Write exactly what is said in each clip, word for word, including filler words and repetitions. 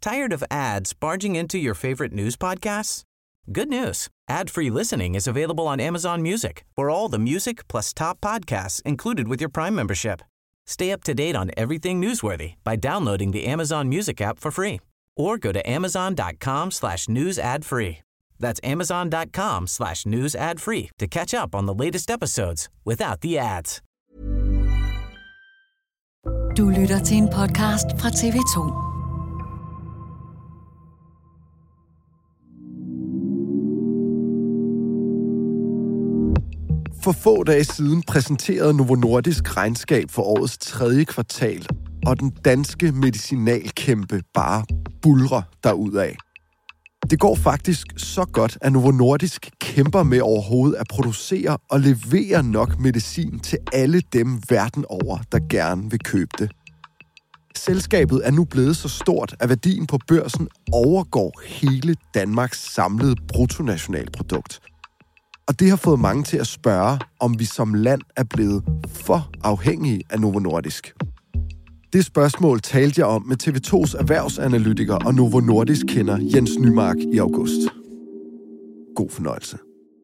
Tired of ads barging into your favorite news podcasts? Good news. Ad-free listening is available on Amazon Music for all the music plus top podcasts included with your Prime membership. Stay up to date on everything newsworthy by downloading the Amazon Music app for free or go to amazon.com slash news ad free. That's amazon.com slash news ad free to catch up on the latest episodes without the ads. Du lytter til en podcast fra T V to. For få dage siden præsenterede Novo Nordisk regnskab for årets tredje kvartal, og den danske medicinalkæmpe bare bulrer derudad. Det går faktisk så godt, at Novo Nordisk kæmper med overhovedet at producere og levere nok medicin til alle dem verden over, der gerne vil købe det. Selskabet er nu blevet så stort, at værdien på børsen overgår hele Danmarks samlede bruttonationalprodukt. Og det har fået mange til at spørge, om vi som land er blevet for afhængige af Novo Nordisk. Det spørgsmål talte jeg om med T V tos erhvervsanalytiker og Novo Nordisk-kender Jens Nymark i august. God fornøjelse.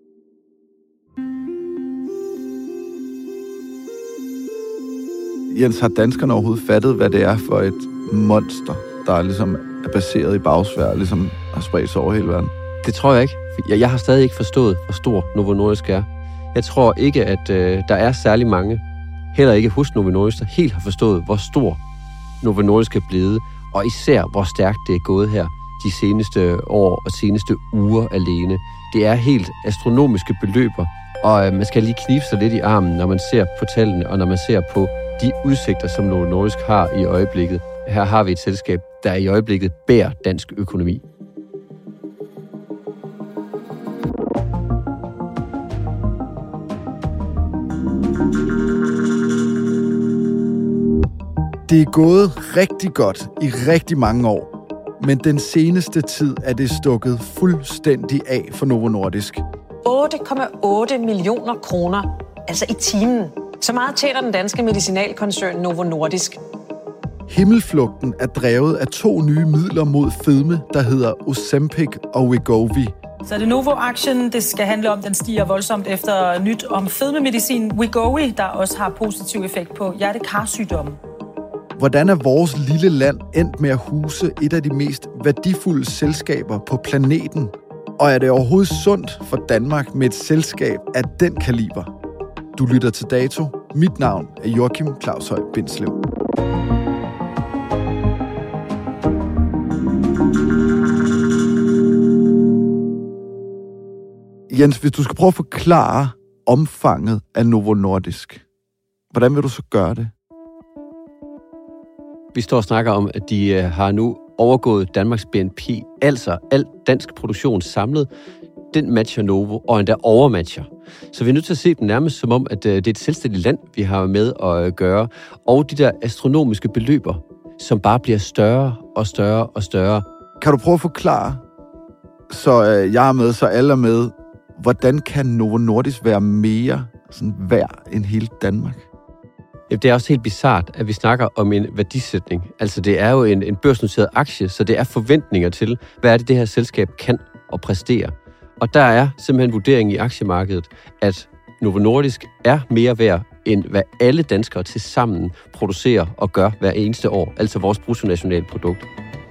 Jens, har danskerne overhovedet fattet, hvad det er for et monster, der ligesom er baseret i bagsvær, ligesom har spredt sig over hele verden? Det tror jeg ikke. Jeg, jeg har stadig ikke forstået, hvor stor Novo Nordisk er. Jeg tror ikke, at øh, der er særlig mange, heller ikke hos Novo Nordisk, der helt har forstået, hvor stor Novo Nordisk er blevet, og især hvor stærkt det er gået her de seneste år og seneste uger alene. Det er helt astronomiske beløber, og øh, man skal lige knibe sig lidt i armen, når man ser på tallene, og når man ser på de udsigter, som Novo Nordisk har i øjeblikket. Her har vi et selskab, der i øjeblikket bærer dansk økonomi. Det er gået rigtig godt i rigtig mange år, men den seneste tid er det stukket fuldstændig af for Novo Nordisk. otte komma otte millioner kroner, altså i timen. Så meget tjener den danske medicinalkoncern Novo Nordisk. Himmelflugten er drevet af to nye midler mod fedme, der hedder Ozempic og Wegovy. Så det Novo-aktien, det skal handle om, den stiger voldsomt efter nyt om fedmemedicin Wegovy, der også har positiv effekt på hjertekarsygdomme. Hvordan er vores lille land endt med at huse et af de mest værdifulde selskaber på planeten? Og er det overhovedet sundt for Danmark med et selskab af den kaliber? Du lytter til Dato. Mit navn er Joachim Claus Høj Bindslev. Jens, hvis du skal prøve at forklare omfanget af Novo Nordisk, hvordan vil du så gøre det? Vi står og snakker om, at de har nu overgået Danmarks B N P, altså al dansk produktion samlet. Den matcher Novo, og endda overmatcher. Så vi er nødt til at se dem nærmest som om, at det er et selvstændigt land, vi har med at gøre. Og de der astronomiske beløber, som bare bliver større og større og større. Kan du prøve at forklare, så jeg er med, så alle er med, hvordan kan Novo Nordisk være mere sådan værd end hele Danmark? Ja, det er også helt bizart, at vi snakker om en værdisætning. Altså det er jo en, en børsnoteret aktie, så det er forventninger til, hvad er det, det her selskab kan og præstere. Og der er simpelthen vurderingen i aktiemarkedet, at Novo Nordisk er mere værd, end hvad alle danskere til sammen producerer og gør hver eneste år, altså vores bruttonationalprodukt.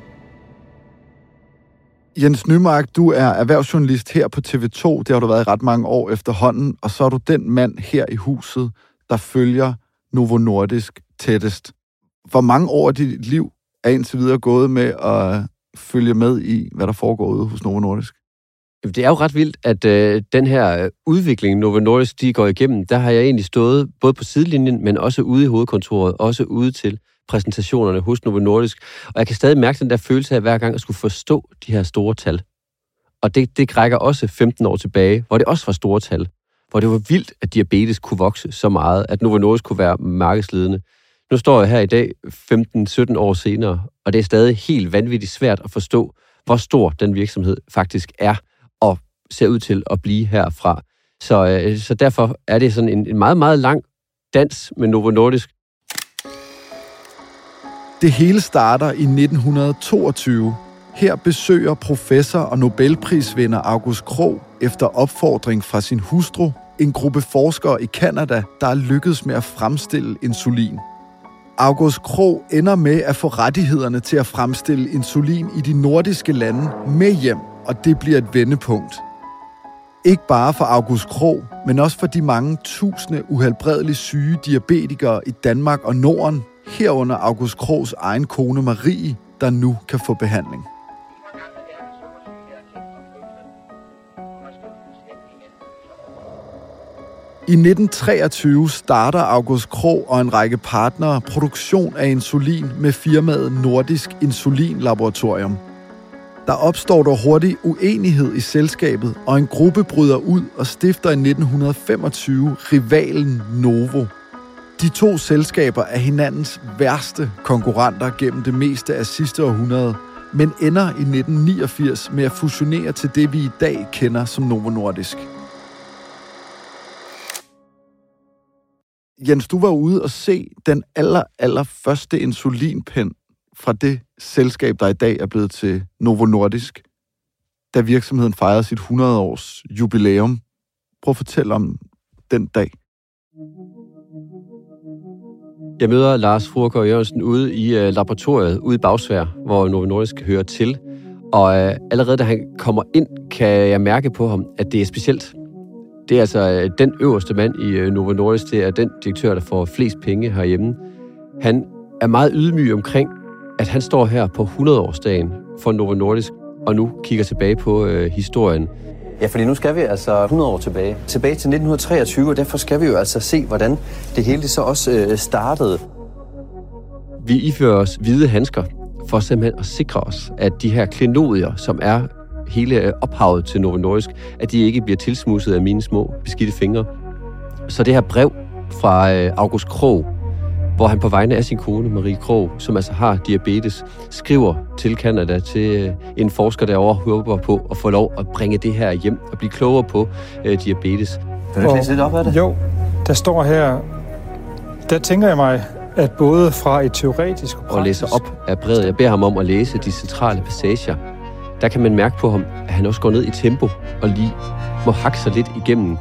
Jens Nymark, du er erhvervsjournalist her på T V to. Det har du været i ret mange år efterhånden, og så er du den mand her i huset, der følger Novo Nordisk tættest. Hvor mange år af dit liv er indtil videre gået med at følge med i, hvad der foregår ude hos Novo Nordisk? Det er jo ret vildt, at øh, den her udvikling, Novo Nordisk, de går igennem, der har jeg egentlig stået både på sidelinjen, men også ude i hovedkontoret, også ude til præsentationerne hos Novo Nordisk. Og jeg kan stadig mærke den der følelse af hver gang at skulle forstå de her store tal. Og det, det rækker også femten år tilbage, hvor det også var store tal. Hvor det var vildt, at diabetes kunne vokse så meget, at Novo Nordisk kunne være markedsledende. Nu står jeg her i dag, femten sytten år senere, og det er stadig helt vanvittigt svært at forstå, hvor stor den virksomhed faktisk er, og ser ud til at blive herfra. Så, øh, så derfor er det sådan en, en meget, meget lang dans med Novo Nordisk. Det hele starter i nitten toogtyve. Her besøger professor og Nobelprisvinder August Krogh efter opfordring fra sin hustru en gruppe forskere i Canada, der er lykkedes med at fremstille insulin. August Krogh ender med at få rettighederne til at fremstille insulin i de nordiske lande med hjem, og det bliver et vendepunkt. Ikke bare for August Krogh, men også for de mange tusinde uhelbredeligt syge diabetikere i Danmark og Norden, herunder August Kroghs egen kone Marie, der nu kan få behandling. I nitten treogtyve starter August Krogh og en række partnere produktion af insulin med firmaet Nordisk Insulin Laboratorium. Der opstår dog hurtigt uenighed i selskabet, og en gruppe bryder ud og stifter i nitten femogtyve rivalen Novo. De to selskaber er hinandens værste konkurrenter gennem det meste af sidste århundrede, men ender i nitten niogfirs med at fusionere til det, vi i dag kender som Novo Nordisk. Jens, du var ude og se den aller, aller første insulinpen fra det selskab, der i dag er blevet til Novo Nordisk, da virksomheden fejrede sit hundrede års jubilæum. Prøv at fortælle om den dag. Jeg møder Lars Fruergaard Jørgensen ude i uh, laboratoriet, ude i Bagsværd, hvor Novo Nordisk hører til. Og uh, allerede da han kommer ind, kan jeg mærke på ham, at det er specielt. Det er altså uh, den øverste mand i uh, Novo Nordisk, det er den direktør, der får flest penge herhjemme. Han er meget ydmyg omkring, at han står her på hundrede-årsdagen for Novo Nordisk, og nu kigger tilbage på uh, historien. Ja, fordi nu skal vi altså hundrede år tilbage. Tilbage til nitten treogtyve, og derfor skal vi jo altså se, hvordan det hele det så også øh, startede. Vi ifører os hvide handsker for simpelthen at sikre os, at de her klenodier, som er hele ophavet til Novo Nordisk, at de ikke bliver tilsmusset af mine små beskidte fingre. Så det her brev fra øh, August Krogh, hvor han på vegne af sin kone, Marie Krogh, som altså har diabetes, skriver til Canada, til en forsker, der overhåber på at få lov at bringe det her hjem og blive klogere på øh, diabetes. Kan du læse lidt op af det? Jo, der står her, der tænker jeg mig, at både fra et teoretisk og praktisk... Og læser op af brevet. Jeg beder ham om at læse de centrale passager. Der kan man mærke på ham, at han også går ned i tempo og lige må hakke sig lidt igennem.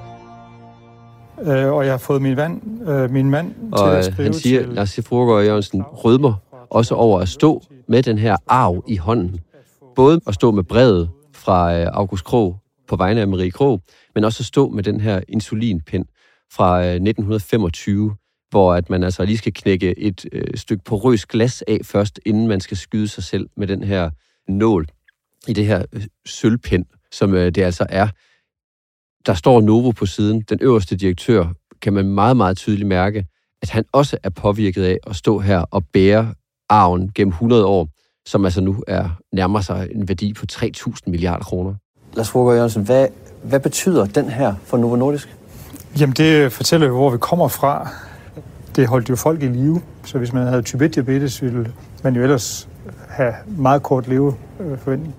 Øh, og jeg har fået min, vand, øh, min mand og til at skrive han siger, til... Lars Fruergaard Jørgensen rødmer også over at stå med den her arv i hånden. Både at stå med brevet fra August Krogh på vegne af Marie Krogh, men også at stå med den her insulinpen fra nitten femogtyve, hvor at man altså lige skal knække et øh, stykke porøs glas af først, inden man skal skyde sig selv med den her nål i det her øh, sølvpen, som øh, det altså er. Der står Novo på siden. Den øverste direktør kan man meget, meget tydeligt mærke, at han også er påvirket af at stå her og bære arven gennem hundrede år, som altså nu er nærmer sig en værdi på tre tusind milliarder kroner. Lars Fruergaard Jørgensen, hvad, hvad betyder den her for Novo Nordisk? Jamen, det fortæller jo, hvor vi kommer fra. Det holdt jo folk i live, så hvis man havde type et diabetes, ville man jo ellers have meget kort leveforventning.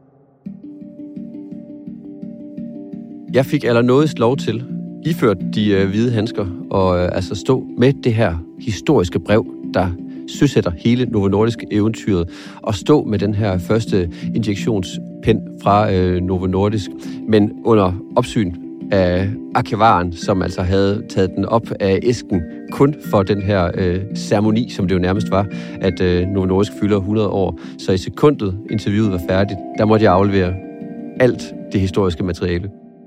Jeg fik allernådigst lov til, iført de øh, hvide handsker, og øh, altså stå med det her historiske brev, der søsætter hele Novo Nordisk eventyret, og stå med den her første injektionspen fra øh, Novo Nordisk, men under opsyn af arkivaren, som altså havde taget den op af æsken kun for den her øh, ceremoni, som det jo nærmest var, at øh, Novo Nordisk fylder hundrede år. Så i sekundet interviewet var færdigt, der måtte jeg aflevere alt det historiske materiale.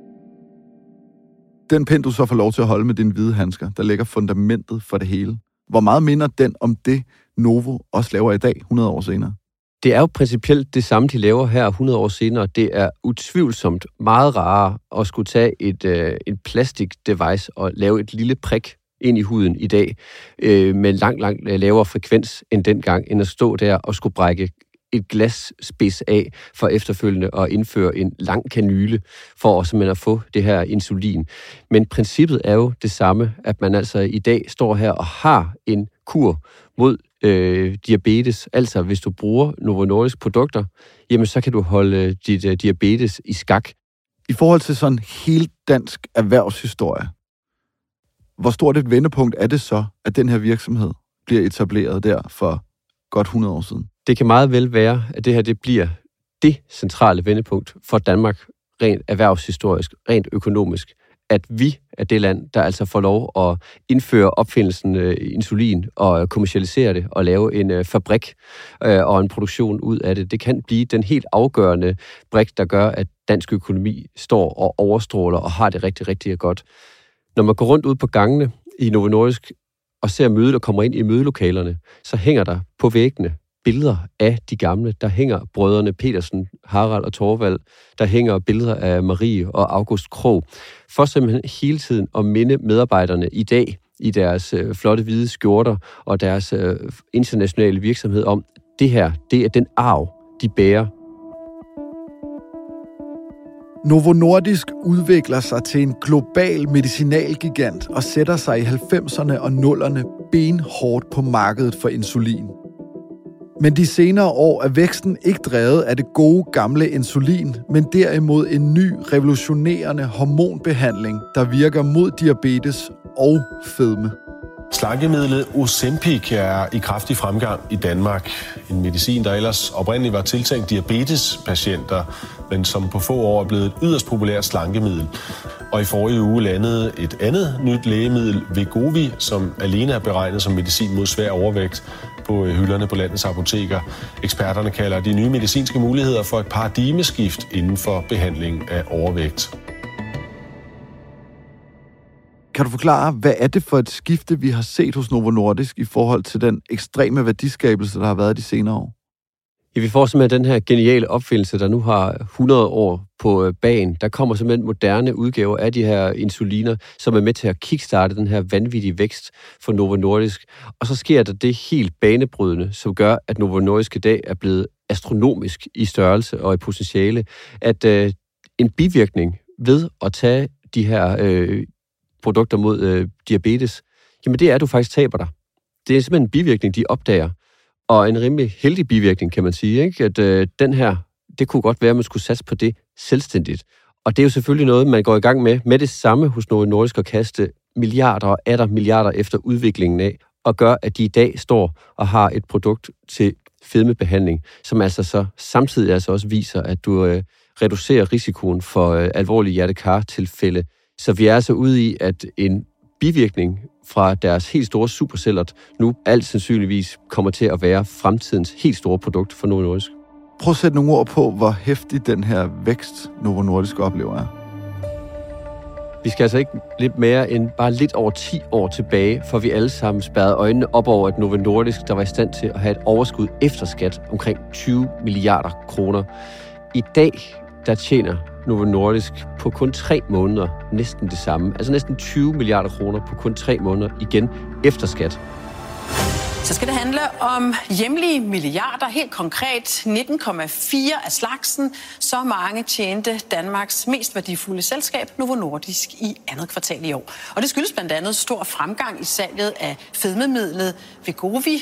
Den pen, du så får lov til at holde med dine hvide handsker, der lægger fundamentet for det hele. Hvor meget minder den om det, Novo også laver i dag, hundrede år senere? Det er jo principielt det samme, de laver her hundrede år senere. Det er utvivlsomt meget rarere at skulle tage et, øh, et plastik-device og lave et lille prik ind i huden i dag, øh, med langt, langt lavere frekvens end dengang, end at stå der og skulle brække et glasspids af for efterfølgende at indføre en lang kanyle for at, simpelthen at få det her insulin. Men princippet er jo det samme, at man altså i dag står her og har en kur mod øh, diabetes. Altså, hvis du bruger Novo Nordisk produkter, jamen så kan du holde dit øh, diabetes i skak. I forhold til sådan helt dansk erhvervshistorie, hvor stort et vendepunkt er det så, at den her virksomhed bliver etableret der for godt hundrede år siden. Det kan meget vel være, at det her det bliver det centrale vendepunkt for Danmark, rent erhvervshistorisk, rent økonomisk, at vi er det land, der altså får lov at indføre opfindelsen øh, insulin og kommercialisere det og lave en øh, fabrik øh, og en produktion ud af det. Det kan blive den helt afgørende brik, der gør, at dansk økonomi står og overstråler og har det rigtig, rigtig godt. Når man går rundt ud på gangene i Novo Nordisk og ser mødet og kommer ind i mødelokalerne, så hænger der på væggene billeder af de gamle. Der hænger brødrene Petersen, Harald og Torvald. Der hænger billeder af Marie og August Krog. For simpelthen hele tiden at minde medarbejderne i dag i deres øh, flotte hvide skjorter og deres øh, internationale virksomhed om, det her, det er den arv, de bærer. Novo Nordisk udvikler sig til en global medicinalgigant og sætter sig i halvfemserne og nullerne benhårdt på markedet for insulin. Men de senere år er væksten ikke drevet af det gode gamle insulin, men derimod en ny revolutionerende hormonbehandling, der virker mod diabetes og fedme. Slankemidlet Ozempic er i kraftig fremgang i Danmark. En medicin, der ellers oprindeligt var tiltænkt diabetespatienter, men som på få år er blevet et yderst populært slankemiddel. Og i forrige uge landede et andet nyt lægemiddel, Wegovy, som alene er beregnet som medicin mod svær overvægt på hylderne på landets apoteker. Eksperterne kalder de nye medicinske muligheder for et paradigmeskift inden for behandling af overvægt. Kan du forklare, hvad er det for et skifte, vi har set hos Novo Nordisk i forhold til den ekstreme værdiskabelse, der har været de senere år? Ja, vi får simpelthen den her geniale opfindelse, der nu har hundrede år på bagen. Der kommer simpelthen moderne udgaver af de her insuliner, som er med til at kickstarte den her vanvittige vækst for Novo Nordisk. Og så sker der det helt banebrydende, som gør, at Novo Nordisk i dag er blevet astronomisk i størrelse og i potentiale. At øh, en bivirkning ved at tage de her øh, produkter mod øh, diabetes, jamen det er, at du faktisk taber dig. Det er simpelthen en bivirkning, de opdager. Og en rimelig heldig bivirkning, kan man sige, ikke? At øh, den her, det kunne godt være, at man skulle satse på det selvstændigt. Og det er jo selvfølgelig noget, man går i gang med, med det samme hos Novo Nordisk, at kaste milliarder og atter milliarder efter udviklingen af, og gør, at de i dag står og har et produkt til fedmebehandling, som altså så samtidig altså også viser, at du øh, reducerer risikoen for øh, alvorlige hjertekar-tilfælde. Så vi er altså ude i, at en bivirkning fra deres helt store superceller nu alt sandsynligvis kommer til at være fremtidens helt store produkt for Novo Nordisk. Prøv at sætte nogle ord på, hvor hæftig den her vækst, Novo Nordisk oplever er. Vi skal altså ikke lidt mere end bare lidt over ti år tilbage, for vi alle sammen spærrede øjnene op over, at Novo Nordisk, der var i stand til at have et overskud efter skat omkring tyve milliarder kroner. I dag, der tjener Novo Nordisk på kun tre måneder næsten det samme. Altså næsten tyve milliarder kroner på kun tre måneder igen efter skat. Så skal det handle om hjemlige milliarder, helt konkret nitten komma fire af slagsen. Så mange tjente Danmarks mest værdifulde selskab, Novo Nordisk, i andet kvartal i år. Og det skyldes blandt andet stor fremgang i salget af fedmemidlet Wegovy.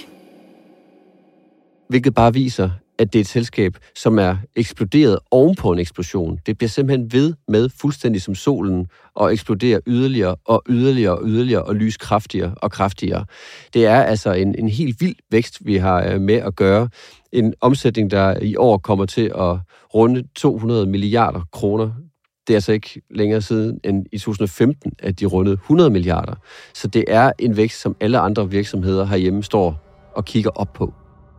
Hvilket bare viser, at det er et selskab, som er eksploderet ovenpå en eksplosion. Det bliver simpelthen ved med, fuldstændig som solen, og eksploderer yderligere og yderligere og yderligere og lys kraftigere og kraftigere. Det er altså en, en helt vild vækst, vi har med at gøre. En omsætning, der i år kommer til at runde to hundrede milliarder kroner. Det er altså ikke længere siden end i to tusind og femten, at de rundede hundrede milliarder. Så det er en vækst, som alle andre virksomheder herhjemme står og kigger op på.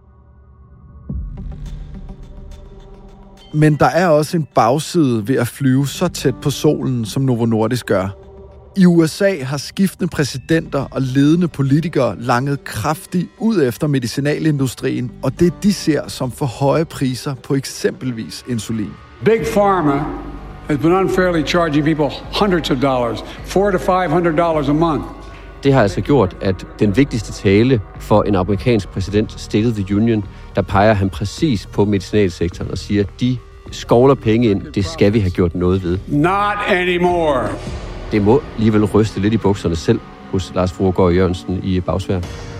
Men der er også en bagside ved at flyve så tæt på solen, som Novo Nordisk gør. I U S A har skiftende præsidenter og ledende politikere langet kraftigt ud efter medicinalindustrien, og det de ser som for høje priser på eksempelvis insulin. Big Pharma has been unfairly charging people hundreds of dollars, four to five hundred dollars a month. Det har altså gjort, at den vigtigste tale for en amerikansk præsident, State of the Union, der peger han præcis på medicinalsektoren og siger, at de skovler penge ind. Det skal vi have gjort noget ved. Not anymore. Det må alligevel ryste lidt i bukserne selv hos Lars Fruergaard Jørgensen i Bagsværd.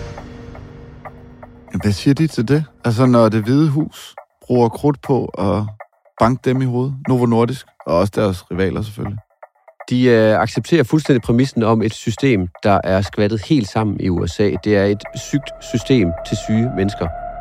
Hvad siger de til det? Altså når Det Hvide Hus bruger krudt på at banke dem i hovedet, Novo Nordisk, og også deres rivaler selvfølgelig. De øh, accepterer fuldstændig præmissen om et system, der er skvattet helt sammen i U S A. Det er et sygt system til syge mennesker.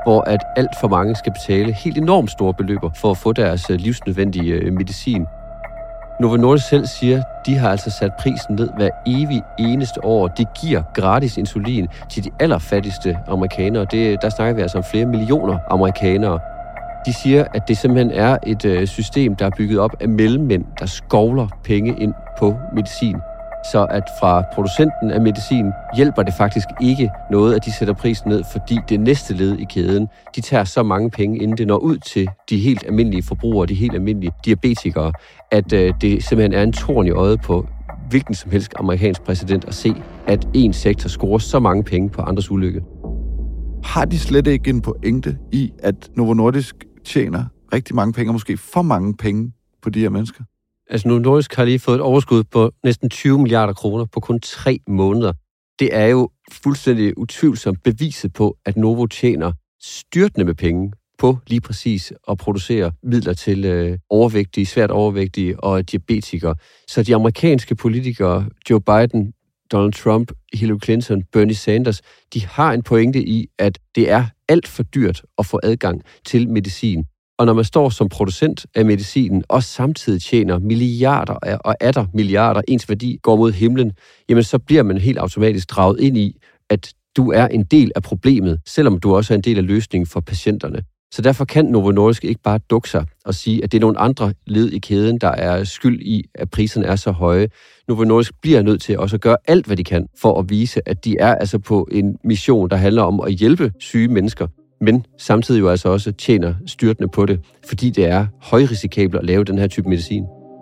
hvor at alt for mange skal betale helt enormt store beløber for at få deres livsnødvendige medicin. Novo Nordisk selv siger, de har altså sat prisen ned hver evig eneste år. De giver gratis insulin til de allerfattigste amerikanere. Det, der snakker vi altså om flere millioner amerikanere. De siger, at det simpelthen er et øh, system, der er bygget op af mellemmænd, der skovler penge ind på medicin. Så at fra producenten af medicin hjælper det faktisk ikke noget, at de sætter prisen ned, fordi det næste led i kæden, de tager så mange penge, inden det når ud til de helt almindelige forbrugere, de helt almindelige diabetikere, at øh, det simpelthen er en torn i øjet på hvilken som helst amerikansk præsident at se, at en sektor scorer så mange penge på andres ulykke. Har de slet ikke en pointe i, at Novo Nordisk tjener rigtig mange penge, og måske for mange penge på de her mennesker? Altså Novo Nordisk har lige fået et overskud på næsten tyve milliarder kroner på kun tre måneder. Det er jo fuldstændig utvivlsomt beviset på, at Novo tjener styrtende med penge på lige præcis at producere midler til øh, overvægtige, svært overvægtige og diabetikere. Så de amerikanske politikere, Joe Biden, Donald Trump, Hillary Clinton, Bernie Sanders, de har en pointe i, at det er alt for dyrt at få adgang til medicin. Og når man står som producent af medicinen og samtidig tjener milliarder og atter milliarder, ens værdi går mod himlen, jamen så bliver man helt automatisk draget ind i, at du er en del af problemet, selvom du også er en del af løsningen for patienterne. Så derfor kan Novo Nordisk ikke bare dukke sig og sige, at det er nogle andre led i kæden, der er skyld i, at priserne er så høje. Novo Nordisk bliver nødt til også at gøre alt, hvad de kan, for at vise, at de er altså på en mission, der handler om at hjælpe syge mennesker, men samtidig jo altså også tjener styrtende på det, fordi det er højrisikabelt at lave den her type medicin.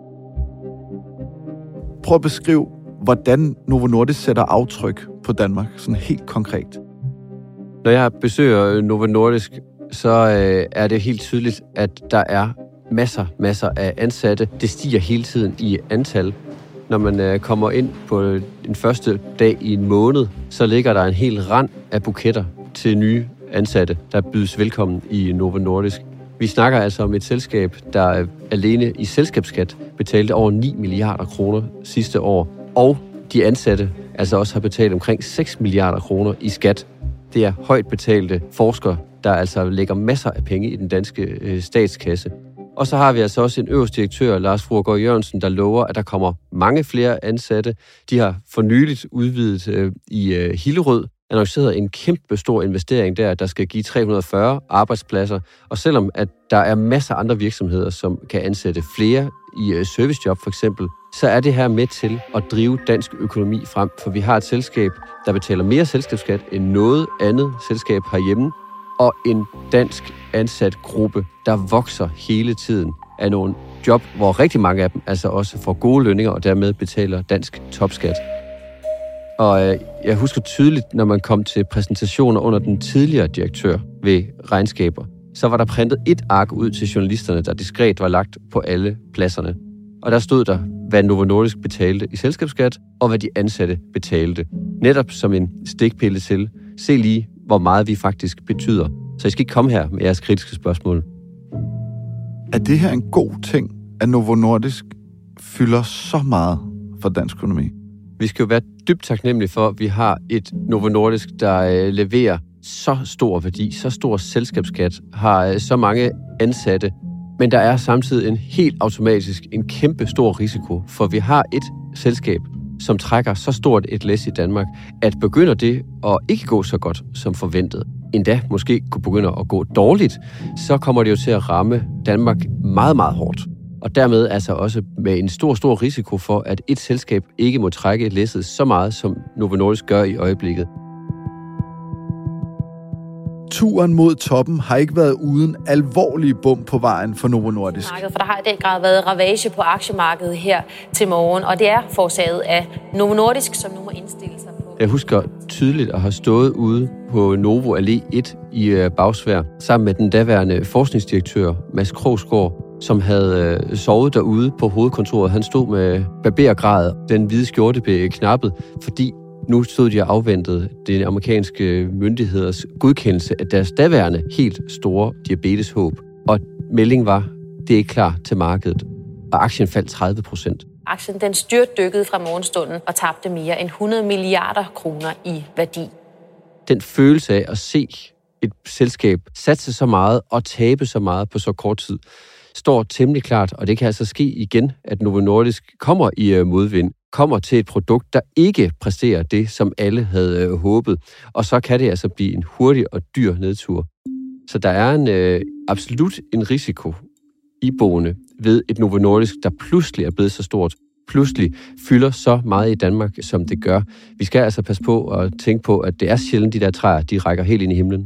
Prøv at beskrive, hvordan Novo Nordisk sætter aftryk på Danmark, sådan helt konkret. Når jeg besøger Novo Nordisk, så øh, er det helt tydeligt, at der er masser, masser af ansatte. Det stiger hele tiden i antal. Når man øh, kommer ind på den første dag i en måned, så ligger der en hel rand af buketter til nye ansatte, der bydes velkommen i Novo Nordisk. Vi snakker altså om et selskab, der alene i selskabsskat betalte over ni milliarder kroner sidste år, og de ansatte altså også har betalt omkring seks milliarder kroner i skat. Det er højt betalte forskere, der altså lægger masser af penge i den danske øh, statskasse. Og så har vi altså også en øverste direktør, Lars Fruergaard Jørgensen, der lover, at der kommer mange flere ansatte. De har for nyligt udvidet øh, i øh, Hillerød, annonceret en kæmpe stor investering der, der skal give tre hundrede og fyrre arbejdspladser. Og selvom at der er masser af andre virksomheder, som kan ansætte flere i øh, servicejob for eksempel, så er det her med til at drive dansk økonomi frem. For vi har et selskab, der betaler mere selskabsskat end noget andet selskab herhjemme, og en dansk ansat gruppe, der vokser hele tiden af nogle job, hvor rigtig mange af dem altså også får gode lønninger og dermed betaler dansk topskat. Og øh, jeg husker tydeligt, når man kom til præsentationer under den tidligere direktør ved regnskaber, så var der printet et ark ud til journalisterne, der diskret var lagt på alle pladserne. Og der stod der, hvad Novo Nordisk betalte i selskabsskat, og hvad de ansatte betalte. Netop som en stikpille til, se lige, hvor meget vi faktisk betyder. Så I skal ikke komme her med jeres kritiske spørgsmål. Er det her en god ting, at Novo Nordisk fylder så meget for dansk økonomi? Vi skal jo være dybt taknemmelige for, at vi har et Novo Nordisk, der øh, leverer så stor værdi, så stor selskabsskat, har øh, så mange ansatte. Men der er samtidig en helt automatisk, en kæmpe stor risiko, for vi har et selskab, som trækker så stort et læs i Danmark, at begynder det at ikke gå så godt som forventet, endda måske kunne begynde at gå dårligt, så kommer det jo til at ramme Danmark meget, meget hårdt. Og dermed altså også med en stor, stor risiko for, at et selskab ikke må trække læsset så meget, som Novo Nordisk gør i øjeblikket. Turen mod toppen har ikke været uden alvorlige bump på vejen for Novo Nordisk. For der har i den grad været ravage på aktiemarkedet her til morgen, og det er forårsaget af Novo Nordisk, som nu må indstille sig på. Jeg husker tydeligt at have stået ude på Novo Allé et i Bagsværd, sammen med den daværende forskningsdirektør, Mads Krogsgaard, som havde sovet derude på hovedkontoret. Han stod med barbergrad, den hvide skjorte blev knappet, fordi nu stod de og afventede de amerikanske myndigheders godkendelse af deres daværende helt store diabeteshåb. Og meldingen var, det er ikke klar til markedet. Og aktien faldt tredive procent. Aktien den styrtdykkede fra morgenstunden og tabte mere end hundrede milliarder kroner i værdi. Den følelse af at se et selskab satse så meget og tabe så meget på så kort tid, står temmelig klart, og det kan altså ske igen, at Novo Nordisk kommer i uh, modvind, kommer til et produkt, der ikke præsterer det, som alle havde uh, håbet, og så kan det altså blive en hurtig og dyr nedtur. Så der er en uh, absolut en risiko iboende ved et Novo Nordisk, der pludselig er blevet så stort, pludselig fylder så meget i Danmark, som det gør. Vi skal altså passe på og tænke på, at det er sjældent, de der træer, de rækker helt ind i himlen.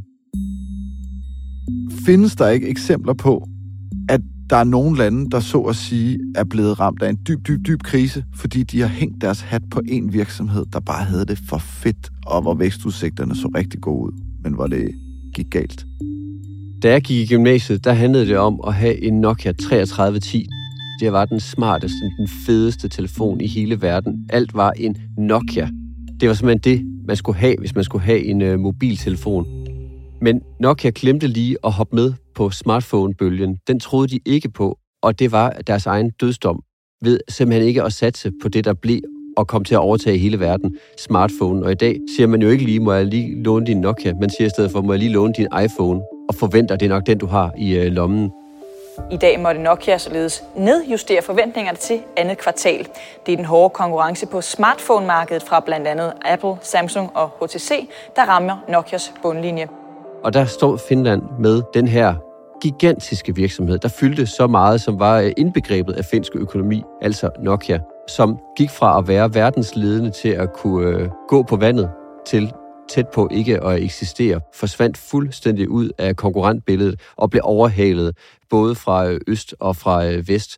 Findes der ikke eksempler på, at der er nogle lande, der så at sige er blevet ramt af en dyb, dyb, dyb krise, fordi de har hængt deres hat på en virksomhed, der bare havde det for fedt, og hvor vækstudsigterne så rigtig gode ud, men hvor det gik galt? Da jeg gik i gymnasiet, der handlede det om at have en Nokia treogtredive ti. Det var den smarteste, den fedeste telefon i hele verden. Alt var en Nokia. Det var simpelthen det, man skulle have, hvis man skulle have en øh, mobiltelefon. Men Nokia glemte lige at hoppe med på smartphone-bølgen. Den troede de ikke på, og det var deres egen dødsdom ved simpelthen ikke at satse på det, der blev og kom til at overtage hele verden, smartphone. Og i dag siger man jo ikke lige, må jeg lige låne din Nokia, man siger i stedet for, må jeg lige låne din iPhone, og forventer, det er nok den, du har i øh, lommen. I dag måtte Nokia således nedjustere forventningerne til andet kvartal. Det er den hårde konkurrence på smartphone-markedet fra blandt andet Apple, Samsung og H T C, der rammer Nokias bundlinje. Og der stod Finland med den her gigantiske virksomhed, der fyldte så meget, som var indbegrebet af finsk økonomi, altså Nokia, som gik fra at være verdensledende til at kunne øh, gå på vandet til tæt på ikke at eksistere, forsvandt fuldstændig ud af konkurrentbilledet og blev overhalet både fra øst og fra vest.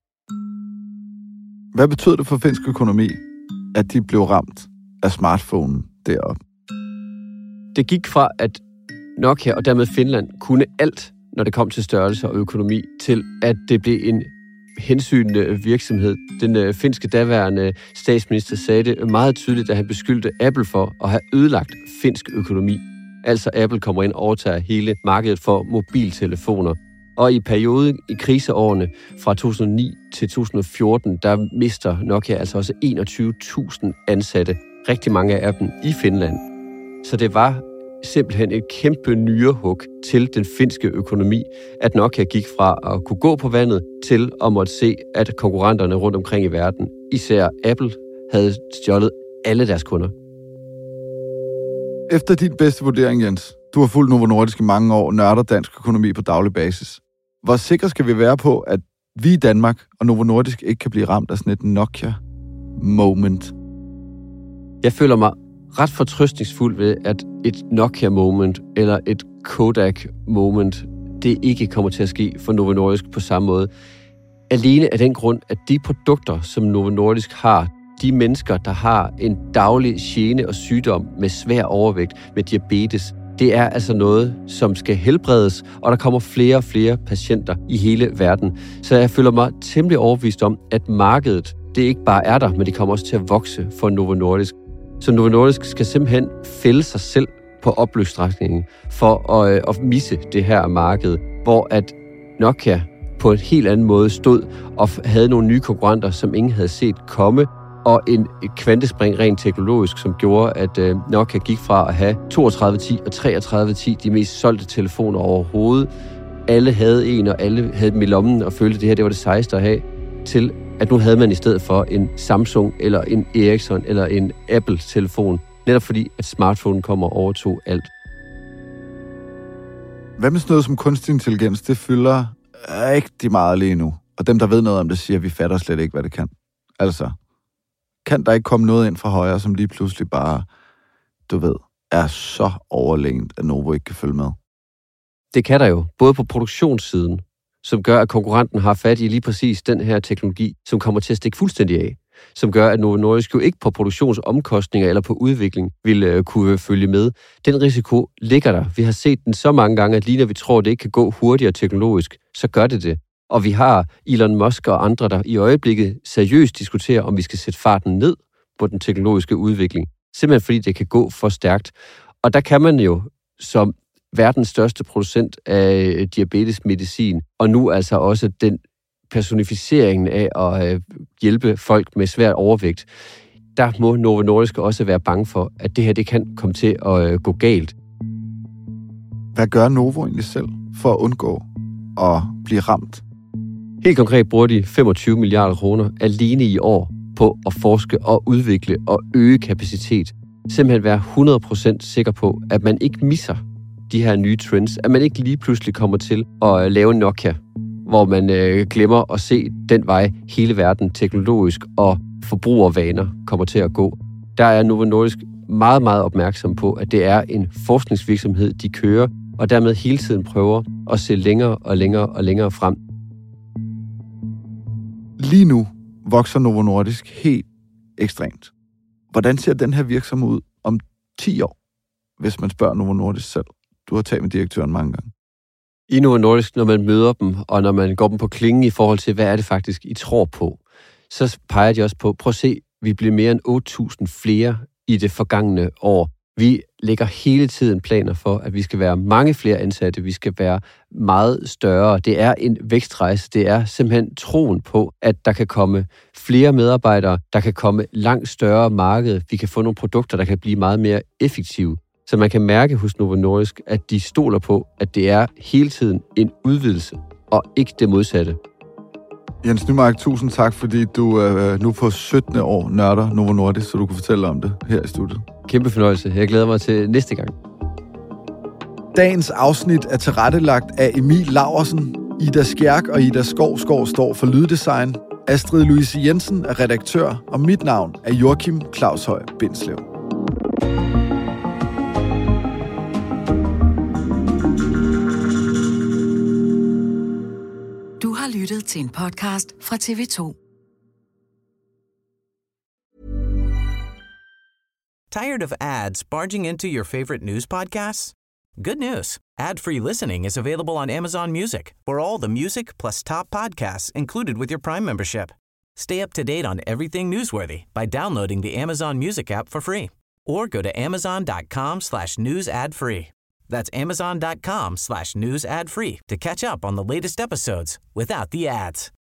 Hvad betød det for finsk økonomi, at de blev ramt af smartphonen deroppe? Det gik fra, at Nokia og dermed Finland kunne alt, når det kom til størrelse og økonomi, til at det blev en hensynende virksomhed. Den finske daværende statsminister sagde det meget tydeligt, da han beskyldte Apple for at have ødelagt finsk økonomi. Altså Apple kommer ind og overtager hele markedet for mobiltelefoner. Og i perioden i kriseårene fra to tusind og ni til to tusind og fjorten, der mister Nokia altså også enogtyve tusind ansatte. Rigtig mange af dem i Finland. Så det var simpelthen et kæmpe nyrehug til den finske økonomi, at Nokia gik fra at kunne gå på vandet til at måtte se, at konkurrenterne rundt omkring i verden, især Apple, havde stjålet alle deres kunder. Efter din bedste vurdering, Jens, du har fulgt Novo Nordisk i mange år, nørder dansk økonomi på daglig basis. Hvor sikre skal vi være på, at vi i Danmark og Novo Nordisk ikke kan blive ramt af sådan et Nokia-moment? Jeg føler mig ret fortrøstningsfuld ved, at et Nokia-moment eller et Kodak-moment, det ikke kommer til at ske for Novo Nordisk på samme måde. Alene af den grund, at de produkter, som Novo Nordisk har, de mennesker, der har en daglig gene og sygdom med svær overvægt, med diabetes, det er altså noget, som skal helbredes, og der kommer flere og flere patienter i hele verden. Så jeg føler mig temmelig overbevist om, at markedet, det ikke bare er der, men det kommer også til at vokse for Novo Nordisk. Så Novo Nordisk skal simpelthen fælde sig selv på opløbsstrækningen for at, øh, at misse det her marked, hvor at Nokia på en helt anden måde stod og havde nogle nye konkurrenter, som ingen havde set komme, og en, et kvantespring rent teknologisk, som gjorde, at øh, Nokia gik fra at have toogtredive ti og treogtredive ti, de mest solgte telefoner overhovedet. Alle havde en, og alle havde dem i lommen og følte, at det her det var det sejeste at have, til at nu havde man i stedet for en Samsung, eller en Ericsson, eller en Apple-telefon, netop fordi, at smartphone kommer og overtog alt. Hvad med sådan noget som kunstig intelligens? Det fylder rigtig meget lige nu. Og dem, der ved noget om det, siger, at vi fatter slet ikke, hvad det kan. Altså, kan der ikke komme noget ind fra højre, som lige pludselig bare, du ved, er så overlegent, at Novo ikke kan følge med? Det kan der jo, både på produktionssiden, som gør, at konkurrenten har fat i lige præcis den her teknologi, som kommer til at stikke fuldstændig af, som gør, at Novo Nordisk jo ikke på produktionsomkostninger eller på udvikling vil øh, kunne følge med. Den risiko ligger der. Vi har set den så mange gange, at lige når vi tror, det ikke kan gå hurtigere teknologisk, så gør det det. Og vi har Elon Musk og andre, der i øjeblikket seriøst diskuterer, om vi skal sætte farten ned på den teknologiske udvikling. Simpelthen fordi det kan gå for stærkt. Og der kan man jo som verdens største producent af diabetesmedicin, og nu altså også den personificeringen af at hjælpe folk med svær overvægt, der må Novo Nordisk også være bange for, at det her det kan komme til at gå galt. hvad gør Novo egentlig selv for at undgå at blive ramt? Helt konkret bruger de femogtyve milliarder kroner alene i år på at forske og udvikle og øge kapacitet. Simpelthen være hundrede procent sikker på, at man ikke misser de her nye trends, at man ikke lige pludselig kommer til at lave Nokia, hvor man øh, glemmer at se den vej hele verden teknologisk og forbrugervaner kommer til at gå. Der er Novo Nordisk meget, meget opmærksom på, at det er en forskningsvirksomhed, de kører, og dermed hele tiden prøver at se længere og længere og længere frem. Lige nu vokser Novo Nordisk helt ekstremt. Hvordan ser den her virksomhed ud om ti år, hvis man spørger Novo Nordisk selv? Du har talt med direktøren mange gange. I Novo Nordisk, når man møder dem, og når man går dem på klingen i forhold til, hvad er det faktisk, I tror på, så peger de også på, prøv at se, vi bliver mere end otte tusind flere i det forgangne år. Vi lægger hele tiden planer for, at vi skal være mange flere ansatte, vi skal være meget større. Det er en vækstrejse, det er simpelthen troen på, at der kan komme flere medarbejdere, der kan komme langt større marked, vi kan få nogle produkter, der kan blive meget mere effektive. Så man kan mærke hos Novo Nordisk, at de stoler på, at det er hele tiden en udvidelse, og ikke det modsatte. Jens Nymark, tusind tak, fordi du øh, nu på syttende år nørder Novo Nordisk, så du kan fortælle om det her i studiet. Kæmpe fornøjelse. Jeg glæder mig til næste gang. Dagens afsnit er tilrettelagt af Emil Laursen. Ida Skjærk og Ida Skovsgaard står for lyddesign. Astrid Louise Jensen er redaktør, og mit navn er Joachim Claus Høj Bindslev. Du har lyttet til en podcast fra T V to. Tired of ads barging into your favorite news podcasts? Good news. Ad-free listening is available on Amazon Music for all the music plus top podcasts included with your Prime membership. Stay up to date on everything newsworthy by downloading the Amazon Music app for free or go to amazon.com slash news ad free. That's amazon.com slash news ad free to catch up on the latest episodes without the ads.